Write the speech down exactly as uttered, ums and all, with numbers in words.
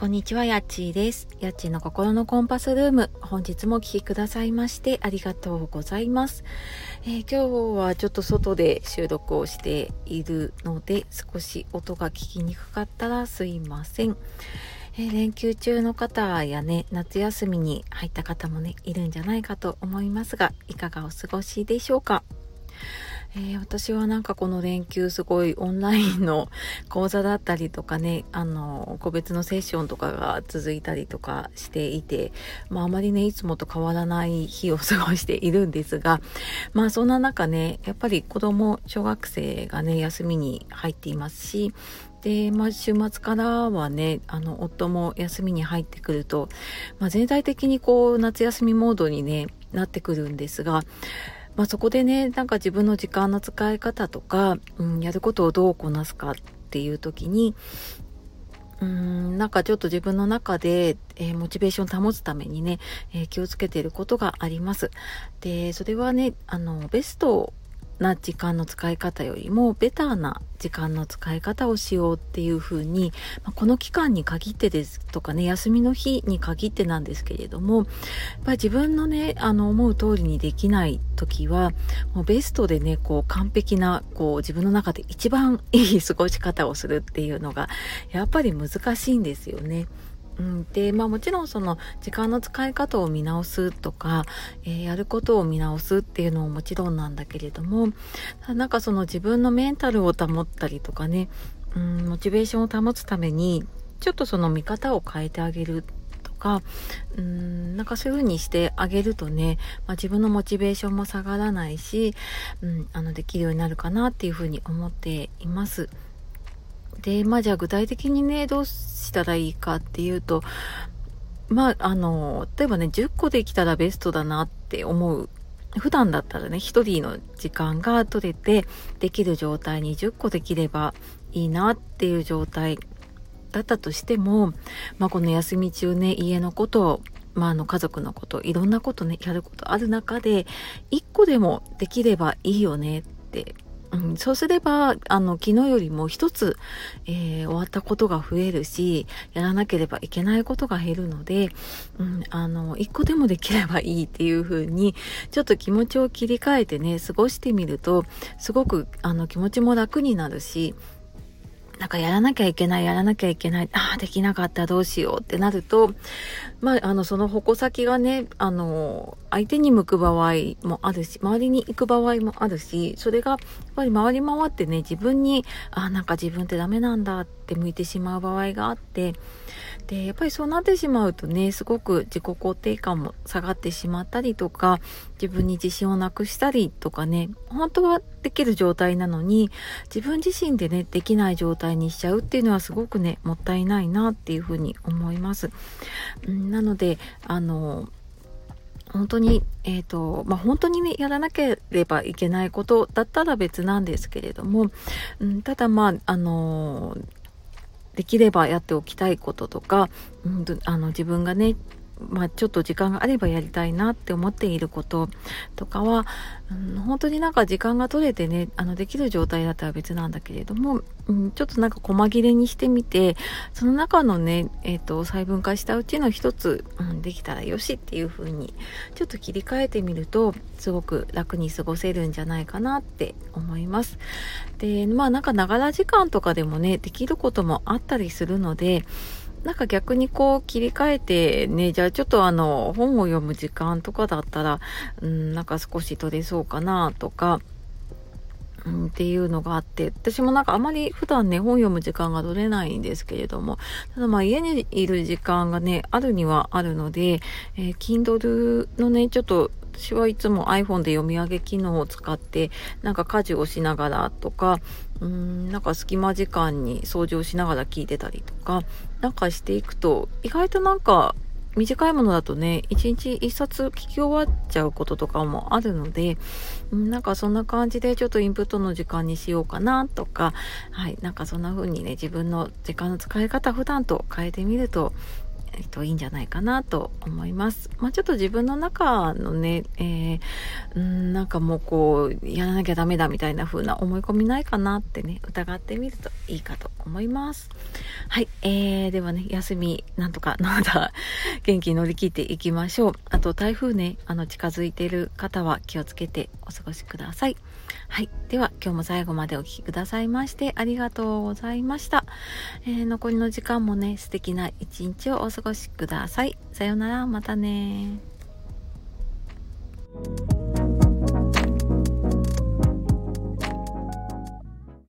こんにちは、やっちーです。やっちーの心のコンパスルーム、本日もお聞きくださいましてありがとうございます。えー、今日はちょっと外で収録をしているので少し音が聞きにくかったらすいません。えー、連休中の方やね、夏休みに入った方もねいるんじゃないかと思いますが、いかがお過ごしでしょうか。えー、私はなんかこの連休すごいオンラインの講座だったりとかね、あの個別のセッションとかが続いたりとかしていて、まああまりねいつもと変わらない日を過ごしているんですが、まあそんな中ね、やっぱり子供小学生がね休みに入っていますし、で、まあ、週末からはね、あの夫も休みに入ってくると、まあ、全体的にこう夏休みモードにねなってくるんですが、まあ、そこでね、なんか自分の時間の使い方とか、うん、やることをどうこなすかっていう時に、うーん、なんかちょっと自分の中で、えーモチベーションを保つためにね、えー気をつけていることがあります。で、それはね、あの、ベストな時間の使い方よりもベターな時間の使い方をしようっていう風に、まあ、この期間に限ってですとかね、休みの日に限ってなんですけれども、やっぱり自分のね、あの思う通りにできない時は、もうベストでね、こう完璧な、こう自分の中で一番いい過ごし方をするっていうのが、やっぱり難しいんですよね。うん、で、まあもちろんその時間の使い方を見直すとか、えーやることを見直すっていうのももちろんなんだけれども、ただなんかその自分のメンタルを保ったりとかね、うん、モチベーションを保つために、ちょっとその見方を変えてあげるとか、うん、なんかそういう風にしてあげるとね、まあ、自分のモチベーションも下がらないし、うん、あのできるようになるかなっていう風に思っています。で、まあじゃあ具体的にね、どうしたらいいかっていうと、まああの、例えばね、じゅっこできたらベストだなって思う。普段だったらね、一人の時間が取れてできる状態にじゅっこできればいいなっていう状態だったとしても、まあこの休み中ね、家のことを、まああの家族のこと、いろんなことね、やることある中で、いっこでもできればいいよねって、うん、そうすれば、あの、昨日よりも一つ、えー終わったことが増えるし、やらなければいけないことが減るので、うん、あの、一個でもできればいいっていう風に、ちょっと気持ちを切り替えてね、過ごしてみると、すごく、あの、気持ちも楽になるし、なんかやらなきゃいけない、やらなきゃいけない、ああ、できなかった、どうしようってなると、まあ、あの、その矛先がね、あの、相手に向く場合もあるし、周りに行く場合もあるし、それが、やっぱり回り回ってね、自分に、ああ、なんか自分ってダメなんだって向いてしまう場合があって、で、やっぱりそうなってしまうとね、すごく自己肯定感も下がってしまったりとか、自分に自信をなくしたりとかね、本当はできる状態なのに、自分自身でね、できない状態にしちゃうっていうのはすごくね、もったいないなっていうふうに思います。うん、なので、あの、本当に、えっと、まあ、本当にね、やらなければいけないことだったら別なんですけれども、うん、ただまあ、あの、できればやっておきたいこととか、うん、どあの自分がね、まあ、ちょっと時間があればやりたいなって思っていることとかは、うん、本当になんか時間が取れてね、あのできる状態だったら別なんだけれども、うん、ちょっとなんか細切れにしてみて、その中のね、えっと細分化したうちの一つ、うん、できたらよしっていう風にちょっと切り替えてみると、すごく楽に過ごせるんじゃないかなって思います。で、まあなんかながら時間とかでもね、できることもあったりするので、なんか逆にこう切り替えてね、じゃあちょっとあの本を読む時間とかだったら、うん、なんか少し取れそうかなとか、うん、っていうのがあって、私もなんかあまり普段ね本読む時間が取れないんですけれども、ただまあ家にいる時間がねあるにはあるので、えー、Kindle のねちょっと私はいつも iPhone で読み上げ機能を使ってなんか家事をしながらとか、うーんなんか隙間時間に掃除をしながら聞いてたりとかなんかしていくと、意外となんか短いものだとね、一日一冊聞き終わっちゃうこととかもあるので、うんなんかそんな感じでちょっとインプットの時間にしようかなとか、はい、なんかそんな風にね、自分の時間の使い方普段と変えてみると、 えっと、いいんじゃないかなと思います。まあ、ちょっと自分の中のね、えー、うんなんかもうこうやらなきゃダメだみたいな風な思い込みないかなってね、疑ってみるといいかと思います。はい、えー、ではね、休みなんとかまだ元気に乗り切っていきましょう。あと台風ね、あの近づいている方は気をつけてお過ごしください。はい、では今日も最後までお聞きくださいましてありがとうございました。えー、残りの時間もね、素敵な一日をお過ごしください。さようなら、またね。